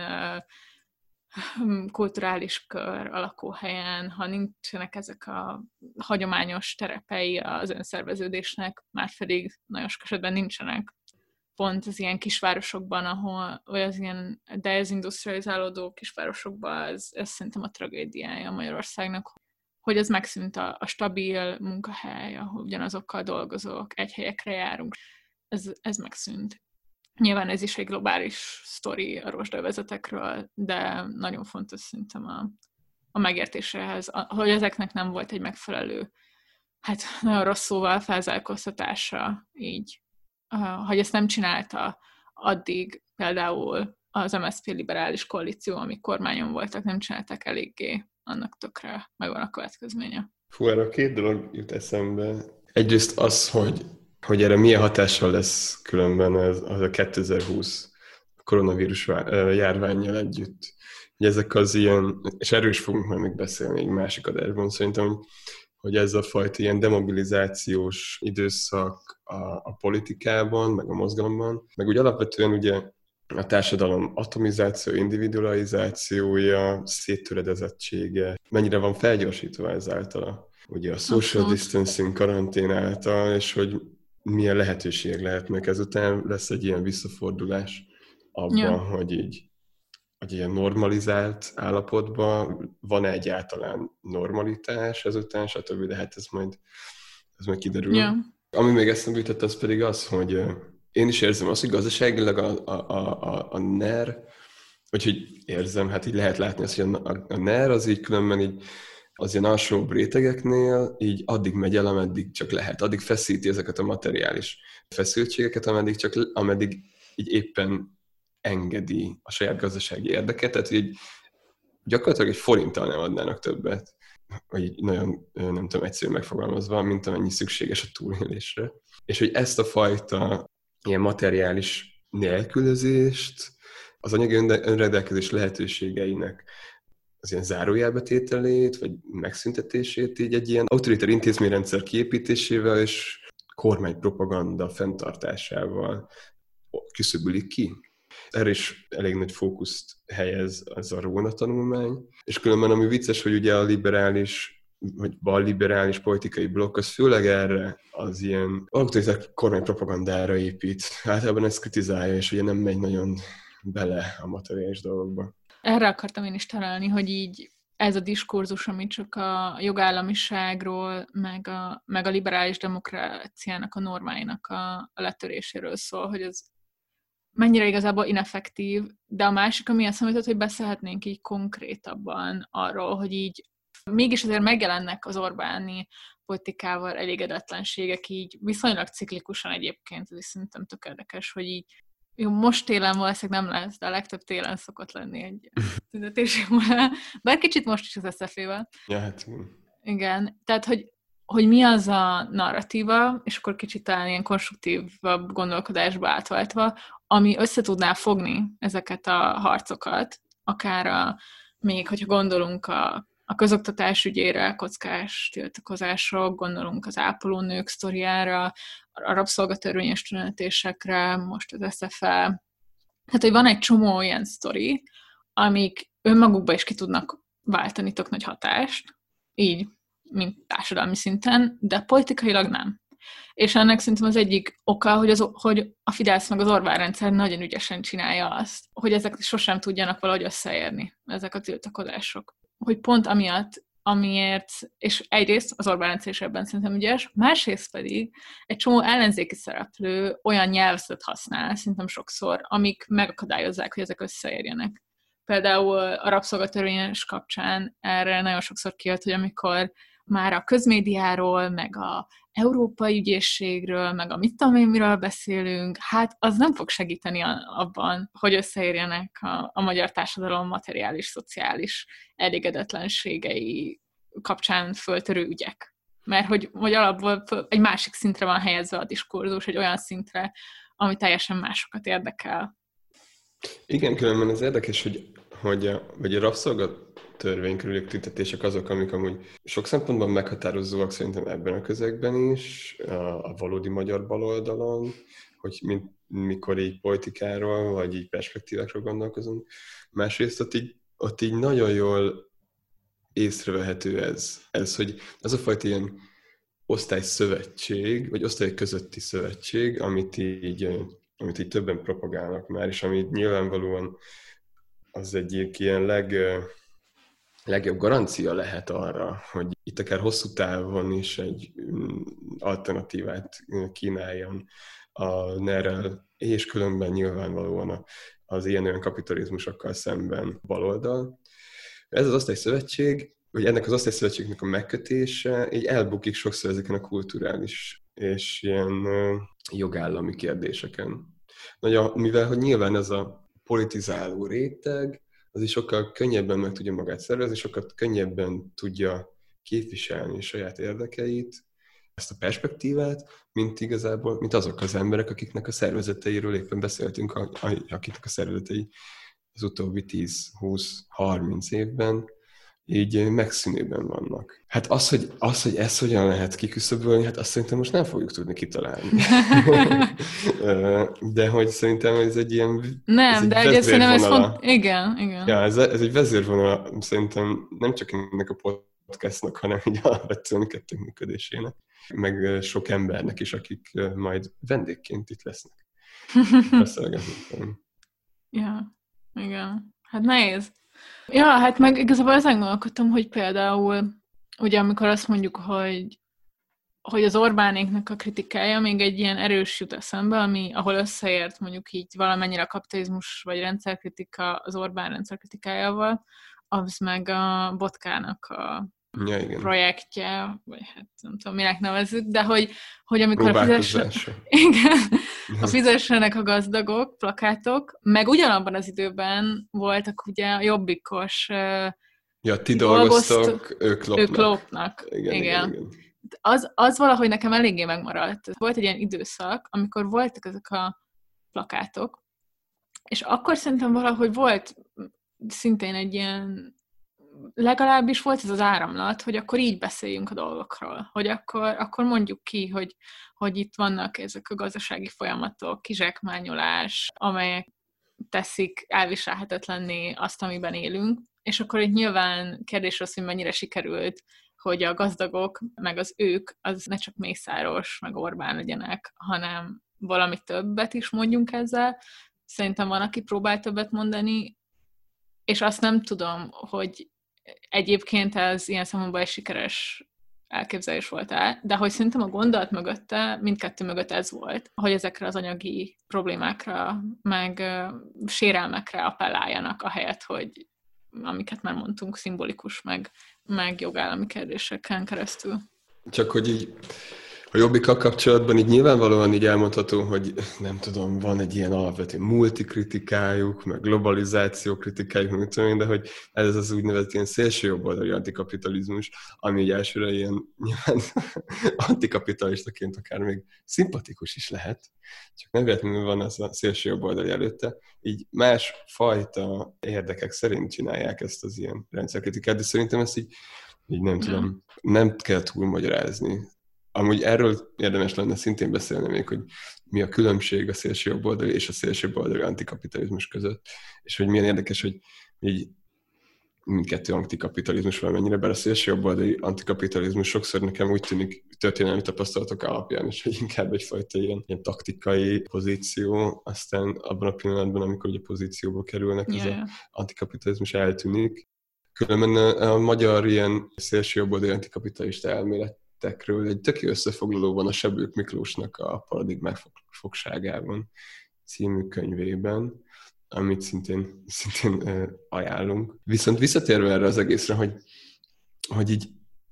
kulturális kör a lakóhelyen, ha nincsenek ezek a hagyományos terepei az önszerveződésnek, márpedig nagyon sok esetben nincsenek. Pont az ilyen kisvárosokban, vagy az ilyen dezindustrializálódó kisvárosokban, ez szerintem a tragédiája Magyarországnak, hogy ez megszűnt a stabil munkahely, ahol ugyanazokkal dolgozók, egy helyekre járunk. Ez megszűnt. Nyilván ez is egy globális sztori a rozsdaövezetekről, de nagyon fontos szerintem a megértéséhez, hogy ezeknek nem volt egy megfelelő, hát nagyon rossz szóval felzárkóztatása így. Hogy ezt nem csinálta addig például az MSZP liberális koalíció, amik kormányon voltak, nem csinálták eléggé, annak tökre megvan a következménye. Fú, erről 2 dolog jut eszembe. Egyrészt az, hogy erre milyen hatással lesz különben az a 2020 koronavírus járvánnyal együtt. Hogy ezek az ilyen, és erről is fogunk majd még beszélni egy másik adásban, szerintem, hogy ez a fajta ilyen demobilizációs időszak a politikában, meg a mozgalomban, meg úgy alapvetően ugye a társadalom atomizáció, individualizációja, széttöredezettsége, mennyire van felgyorsítva ezáltal ugye a social distancing karantén által, és hogy milyen lehetőségek lehetnek ezután, lesz egy ilyen visszafordulás abban, hogy így egy ilyen normalizált állapotban van egyáltalán normalitás ezután, stb. De hát ez majd kiderül. Yeah. Ami még eszembe jutott, az pedig az, hogy én is érzem azt, hogy gazdaságilag a NER, vagy hogy érzem, hát így lehet látni azt, hogy a NER az így különben így az ilyen alsóbb rétegeknél így addig megy el, ameddig csak lehet. Addig feszíti ezeket a materiális feszültségeket, ameddig így éppen engedi a saját gazdasági érdeket, tehát így gyakorlatilag egy forinttal nem adnának többet, vagy így nagyon, nem tudom, egyszerűen megfogalmazva, mint amennyi szükséges a túlélésre. És hogy ezt a fajta ilyen materiális nélkülözést, az anyagi önrendelkezés lehetőségeinek az ilyen zárójelbetételét, vagy megszüntetését így egy ilyen autoriter intézményrendszer kiépítésével és kormánypropaganda fenntartásával küszöbölik ki. Erre is elég nagy fókuszt helyez az a Róna tanulmány. És különben ami vicces, hogy ugye a liberális, vagy balliberális politikai blokk, az főleg erre az ilyen autoriter kormánypropagandára épít. Általában ezt kritizálja, és ugye nem megy nagyon bele a materiális dolgokba. Erre akartam én is találni, hogy így ez a diskurzus, ami csak a jogállamiságról, meg a liberális demokráciának a normáinak a letöréséről szól, hogy ez mennyire igazából ineffektív, de a másik, ami eszembe jutott, hogy beszélhetnénk így konkrétabban arról, hogy így mégis azért megjelennek az Orbáni politikával elégedetlenségek így viszonylag ciklikusan egyébként, ez is szerintem tök érdekes, hogy így jó, most télen valószínűleg nem lesz, de a legtöbb télen szokott lenni egy tüntetési vonal. Bár kicsit most is az SZF-ével. Ja, hát. Igen, tehát, hogy mi az a narratíva, és akkor kicsit talán ilyen konstruktívabb gondolkodásba átváltva, ami összetudná fogni ezeket a harcokat, akár még, hogyha gondolunk a közoktatás ügyére, kockás tiltakozások, gondolunk az ápolónők sztoriára, a rabszolgatörvényes tünetésekre, most az SZFE. Tehát, hogy van egy csomó ilyen sztori, amik önmagukba is ki tudnak váltani tök nagy hatást, így, mint társadalmi szinten, de politikailag nem. És ennek szerintem az egyik oka, hogy a Fidesz meg az Orbán rendszer nagyon ügyesen csinálja azt, hogy ezek sosem tudjanak valahogy összeérni, ezek a tiltakozások. Hogy pont amiért, és egyrészt az Orbán rendszer is ebben szerintem ügyes, másrészt pedig egy csomó ellenzéki szereplő olyan nyelvezetet használ, szerintem sokszor, amik megakadályozzák, hogy ezek összeérjenek. Például a rabszolgatörvényes kapcsán erre nagyon sokszor kijött, hogy amikor már a közmédiáról, meg a Európai Ügyészségről, meg a mit tudom én, miről beszélünk, hát az nem fog segíteni abban, hogy összeérjenek a magyar társadalom materiális, szociális elégedetlenségei kapcsán föltörő ügyek. Mert hogy alapból egy másik szintre van helyezve a diskurzus, egy olyan szintre, ami teljesen másokat érdekel. Igen, különben az érdekes, hogy a rabszolgatörvény körüli tüntetések azok, amik amúgy sok szempontban meghatározóak szerintem ebben a közegben is, a valódi magyar baloldalon, hogy mikor így politikáról, vagy így perspektívákról gondolkozunk. Másrészt ott így nagyon jól észrevehető ez, hogy az a fajta ilyen osztályszövetség, vagy osztály közötti szövetség, amit így többen propagálnak már, és amit nyilvánvalóan az egyik ilyen legjobb garancia lehet arra, hogy itt akár hosszú távon is egy alternatívát kínáljon a NER-rel, és különben nyilvánvalóan az ilyen-olyan kapitalizmusokkal szemben baloldal. Ez az osztályszövetség, vagy ennek az osztályszövetségnek a megkötése így elbukik sokszor ezeken a kulturális és ilyen jogállami kérdéseken. Mivel hogy nyilván ez a politizáló réteg, az is sokkal könnyebben meg tudja magát szervezni, sokkal könnyebben tudja képviselni a saját érdekeit, ezt a perspektívát, mint azok az emberek, akiknek a szervezeteiről éppen beszéltünk, akiknek a szervezetei az utóbbi 10-20-30 évben így megszűnőben vannak. Hát hogy ezt hogyan lehet kiküszöbölni, hát azt szerintem most nem fogjuk tudni kitalálni. De hogy szerintem ez egy ilyen nem, de egy vezérvonala. Igen. Ja, ez egy vezérvonala szerintem nem csak ennek a podcastnak, hanem így alapvetően kettőnk működésének, meg sok embernek is, akik majd vendégként itt lesznek. Beszélgetünk. Ja, igen. Hát nehéz. Ja, hát meg igazából ezen gondolkodtam, hogy például, ugye amikor azt mondjuk, hogy az Orbánéknak a kritikája még egy ilyen erős jut eszembe, ahol összeért mondjuk így valamennyire a kapitalizmus vagy rendszerkritika az Orbán rendszerkritikájával, az meg a Botkának a projektje, vagy hát nem tudom, minek nevezzük, de hogy amikor a fizessenek a gazdagok, plakátok, meg ugyanabban az időben voltak ugye a jobbikos ti dolgoztok, ők lopnak. Igen. Az valahogy nekem eléggé megmaradt. Volt egy ilyen időszak, amikor voltak ezek a plakátok, és akkor szerintem valahogy volt szintén egy ilyen, legalábbis volt ez az áramlat, hogy akkor így beszéljünk a dolgokról, hogy akkor mondjuk ki, hogy itt vannak ezek a gazdasági folyamatok, kizsákmányolás, amelyek teszik elviselhetetlenné azt, amiben élünk, és akkor itt nyilván kérdés az, hogy mennyire sikerült, hogy a gazdagok, meg az ők, az ne csak Mészáros, meg Orbán legyenek, hanem valami többet is mondjunk ezzel. Szerintem van, aki próbál többet mondani, és azt nem tudom, hogy egyébként ez ilyen számomban egy sikeres elképzelés volt-e, de hogy szerintem a gondolat mögötte, mindkettő mögött ez volt, hogy ezekre az anyagi problémákra, meg sérelmekre appelláljanak, ahelyett, hogy amiket már mondtunk, szimbolikus, meg jogállami kérdéseken keresztül. Csak hogy így a Jobbikkal kapcsolatban így nyilvánvalóan így elmondható, hogy nem tudom, van egy ilyen alapvető multikritikájuk, meg globalizáció kritikájuk, meg tudom én, de hogy ez az úgynevezett ilyen szélső jobboldali antikapitalizmus, ami így elsőre ilyen nyilván antikapitalistaként akár még szimpatikus is lehet, csak nem véletlenül van az a szélső jobboldali előtte, így másfajta érdekek szerint csinálják ezt az ilyen rendszerkritikát, de szerintem ezt így nem tudom, nem kell túlmagyarázni. Amúgy erről érdemes lenne szintén beszélni még, hogy mi a különbség a szélsőjobboldali és a szélsőjobboldali antikapitalizmus között, és hogy milyen érdekes, hogy így mindkettő antikapitalizmus valamennyire, bár a szélsőjobboldali antikapitalizmus sokszor nekem úgy tűnik történelmi tapasztalatok alapján is, hogy inkább egyfajta ilyen taktikai pozíció, aztán abban a pillanatban, amikor ugye pozícióba kerülnek, ez az antikapitalizmus eltűnik. Különben a magyar ilyen szélsőjobboldali antikapitalista elmélet egy tök jó összefoglaló van a Sebők Miklósnak a Paradigmák fogságában című könyvében, amit szintén ajánlunk. Viszont visszatérve erre az egészre, hogy így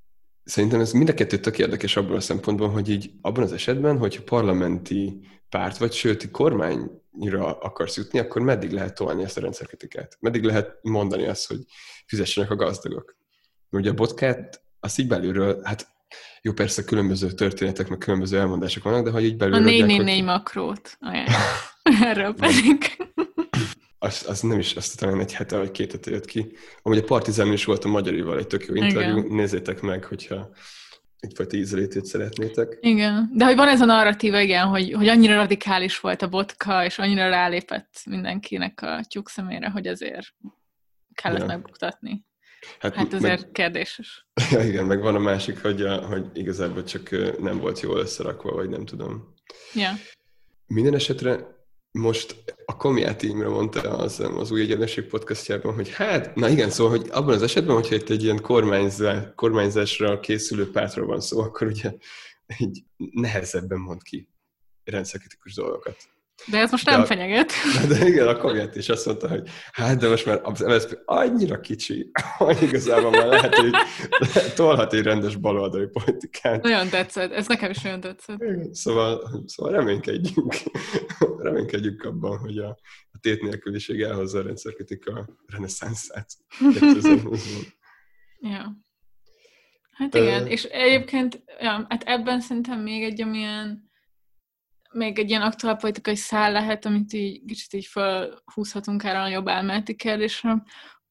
Szerintem ez mind a kettő tök érdekes abban a szempontból, hogy így abban az esetben, hogyha parlamenti párt vagy, sőt, kormányra akarsz jutni, akkor meddig lehet tolni ezt a rendszerkritikát? Meddig lehet mondani azt, hogy fizessenek a gazdagok? Ugye a botkát, azt így belülről, hát jó, persze különböző történetek, meg különböző elmondások vannak, de hogy így belülről... A 444 makrót. Erről pedig... Az nem is, azt talán egy hete vagy 2 hete jött ki. Amúgy a Partizánban is volt a Magyarival egy tök jó interjú, igen. Nézzétek meg, hogyha egyfajta ízlétét szeretnétek. Igen, de hogy van ez a narratíva, igen, hogy annyira radikális volt a botka, és annyira rálépett mindenkinek a tyúk szemére, hogy azért kellett megbuktatni. Hát azért kérdéses. Ja, igen, meg van a másik, hogy igazából csak nem volt jól összerakva, vagy nem tudom. Ja. Minden esetre most a Komiát Imre mondta az Új Egyenlőség podcastjában, hogy hát, na igen, szóval, hogy abban az esetben, hogyha itt egy ilyen kormányzásra készülő pártról van szó, akkor ugye így nehezebben mond ki rendszerkritikus dolgokat. De ez most nem fenyeget. De igen, a Komiát is azt mondta, hogy hát, de most már az MSZP annyira kicsi, hogy igazából már lehet, hogy tolhat egy rendes baloldali politikát. Nagyon tetszett, ez nekem is nagyon tetszett. Szóval reménykedjünk abban, hogy a tét nélküliség elhozza a rendszerkritika reneszánszát. Ja. Hát igen, és egyébként hát ebben szerintem még egy ilyen aktuál politikai szál lehet, amit így kicsit így felhúzhatunk erre a jobb elméleti kérdésre.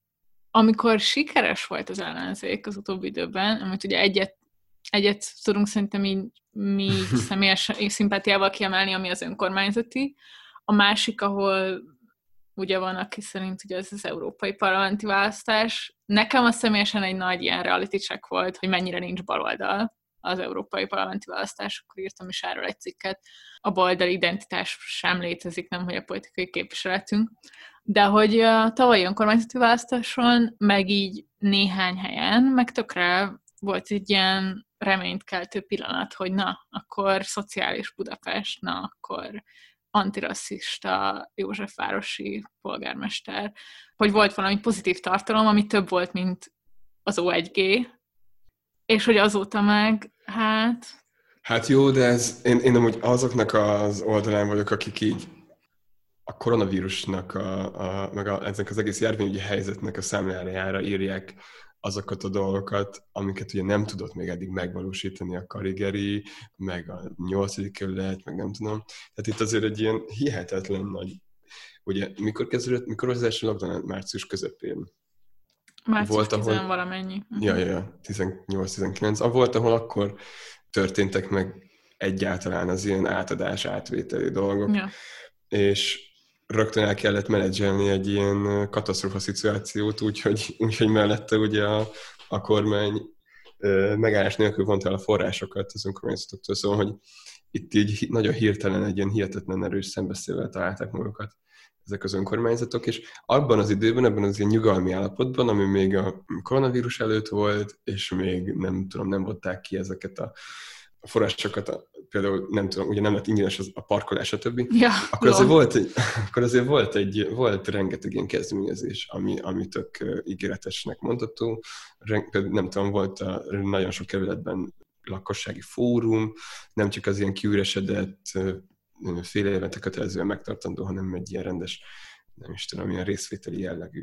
Amikor sikeres volt az ellenzék az utóbbi időben, amit ugye egyet tudunk szerintem így személyes szimpátiával kiemelni, ami az önkormányzati. A másik, ahol ugye van, aki szerint ugye ez az európai parlamenti választás. Nekem az személyesen egy nagy ilyen reality check volt, hogy mennyire nincs baloldal az európai parlamenti választásokkor, írtam is erről egy cikket. A baloldali identitás sem létezik, nem hogy a politikai képviseletünk. De hogy a tavalyi önkormányzati választáson, meg így néhány helyen, meg tökre volt egy ilyen reményt keltő pillanat, hogy na, akkor szociális Budapest, na, akkor antirasszista józsefvárosi polgármester, hogy volt valami pozitív tartalom, ami több volt, mint az O1G, és hogy azóta meg, Hát jó, de én amúgy azoknak az oldalán vagyok, akik így a koronavírusnak, ezek az egész járványügyi helyzetnek a számlájára írják azokat a dolgokat, amiket ugye nem tudott még eddig megvalósítani a Karigeri, meg a 8. kerület, meg nem tudom. Tehát itt azért egy ilyen hihetetlen nagy... Ugye, mikor az első lockdown? Március közepén. Március 10 valamennyi. Ja, 18-19. Volt, ahol akkor történtek meg egyáltalán az ilyen átadás, átvételi dolgok. Ja. És rögtön el kellett menedzselni egy ilyen katasztrófa szituációt, úgyhogy mellette ugye a kormány megállás nélkül vonta el a forrásokat az önkormányzatoktól, szóval, hogy itt így nagyon hirtelen egy ilyen hihetetlen erős szembeszélvel találták magukat ezek az önkormányzatok, és abban az időben, ebben az ilyen nyugalmi állapotban, ami még a koronavírus előtt volt, és még nem vonták ki ezeket a forrásokat, például nem tudom, ugye nem lett ingyenes a parkolás, stb. Ja, akkor azért volt rengeteg ilyen kezdeményezés, ami tök ígéretesnek mondható. Például nem tudom, volt nagyon sok kerületben lakossági fórum, nem csak az ilyen kiüresedett fél évente kötelezően megtartandó, hanem egy ilyen rendes, nem is tudom, ilyen részvételi jellegű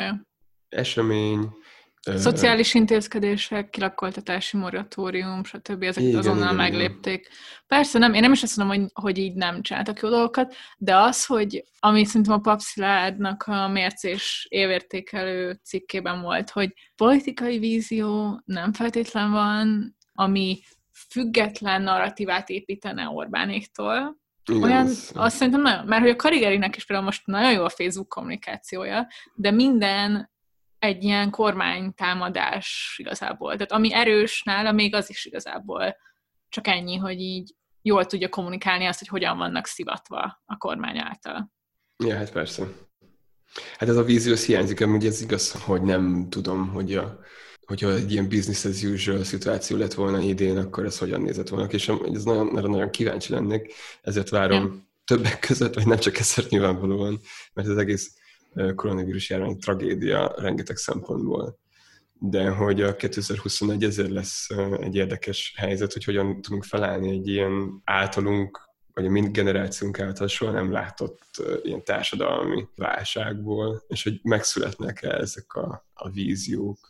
esemény. Szociális intézkedések, kilakoltatási moratórium, stb. Ezeket azonnal meglépték. Persze, én nem is azt mondom, hogy így nem csináltak jó dolgokat, de az, hogy ami szerintem a Pap Szilárdnak a mércés évértékelő cikkében volt, hogy politikai vízió nem feltétlen van, ami független narratívát építene Orbánéktól. Olyan, azt szerintem nagyon, mert hogy a Karigerinek is például most nagyon jó a Facebook kommunikációja, de minden egy ilyen kormánytámadás igazából. Tehát ami erős nála, még az is igazából csak ennyi, hogy így jól tudja kommunikálni azt, hogy hogyan vannak szivatva a kormány által. Ja, hát persze. Hát ez a vízió hiányzik, amúgy ez igaz, hogy nem tudom, hogyha egy ilyen business as usual szituáció lett volna idén, akkor ez hogyan nézett volna. És ez nagyon kíváncsi lennék, ezért várom többek között, vagy nem csak ezért nyilvánvalóan, mert az egész koronavírus járvány tragédia rengeteg szempontból. de hogy a 2021 ezért lesz egy érdekes helyzet, hogy hogyan tudunk felállni egy ilyen általunk, vagy a mind generációnk által soha nem látott ilyen társadalmi válságból, és hogy megszületnek-e ezek a víziók,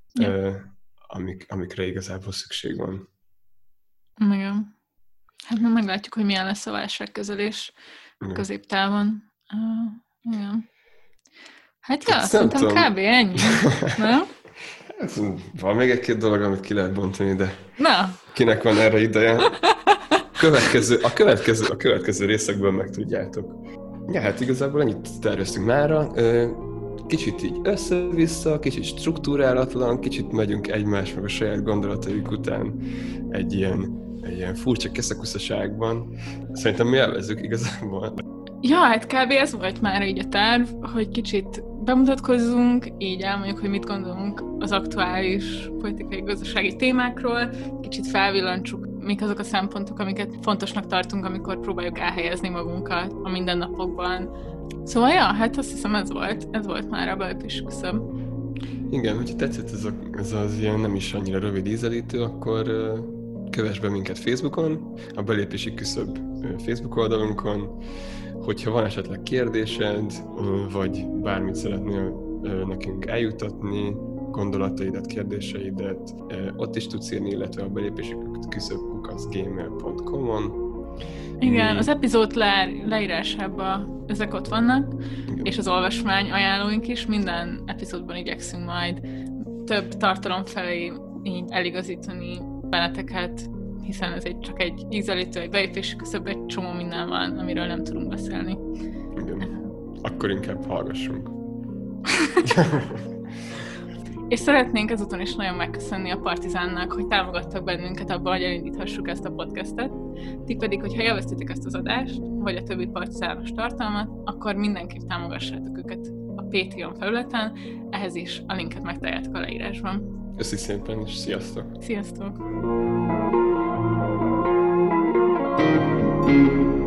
amikre igazából szükség van. Igen. Hát meglátjuk, hogy milyen lesz a válságkezelés középtávon. Igen. Hát ja, szerintem kb. Ennyi. Nem? Van még egy-két dolog, amit ki lehet bontani, de na. Kinek van erre ideje? A következő részekből megtudjátok. Ja, hát igazából ennyit terveztünk mára. Kicsit így össze-vissza, kicsit struktúrálatlan, kicsit megyünk egymás meg a saját gondolataik után egy ilyen furcsa keszakuszaságban. Szerintem mi elvezzük igazából. Ja, hát kb. Ez volt már így a terv, hogy kicsit bemutatkozzunk, így elmondjuk, hogy mit gondolunk az aktuális politikai, gazdasági témákról, kicsit felvillantsuk, mik azok a szempontok, amiket fontosnak tartunk, amikor próbáljuk elhelyezni magunkat a mindennapokban. Szóval ja, hát azt hiszem ez volt már a belépési küszöb. Igen, hogyha tetszett ez az ilyen nem is annyira rövid ízelítő, akkor kövess be minket Facebookon, a belépési küszöb Facebook oldalunkon. Hogyha van esetleg kérdésed, vagy bármit szeretnél nekünk eljutatni, gondolataidat, kérdéseidet, ott is tudsz írni, illetve a belépési küszöb@gmail.com-on. Igen, az epizód leírásában ezek ott vannak, igen. És az olvasmány ajánlóink is, minden epizódban igyekszünk majd több tartalom felé így eligazítani benneteket, hiszen ez csak egy ízelítő, egy belépési küszöb, egy csomó minden van, amiről nem tudunk beszélni. Igen. Akkor inkább hallgassunk. És szeretnénk ezúton is nagyon megköszönni a Partizánnak, hogy támogattak bennünket abban, hogy elindíthassuk ezt a podcastet. Ti pedig, hogyha élveztétek ezt az adást, vagy a többi partizános tartalmat, akkor mindenképp támogassátok őket a Patreon felületen, ehhez is a linket megtaláljátok a leírásban. Köszi szépen, és sziasztok! Sziasztok!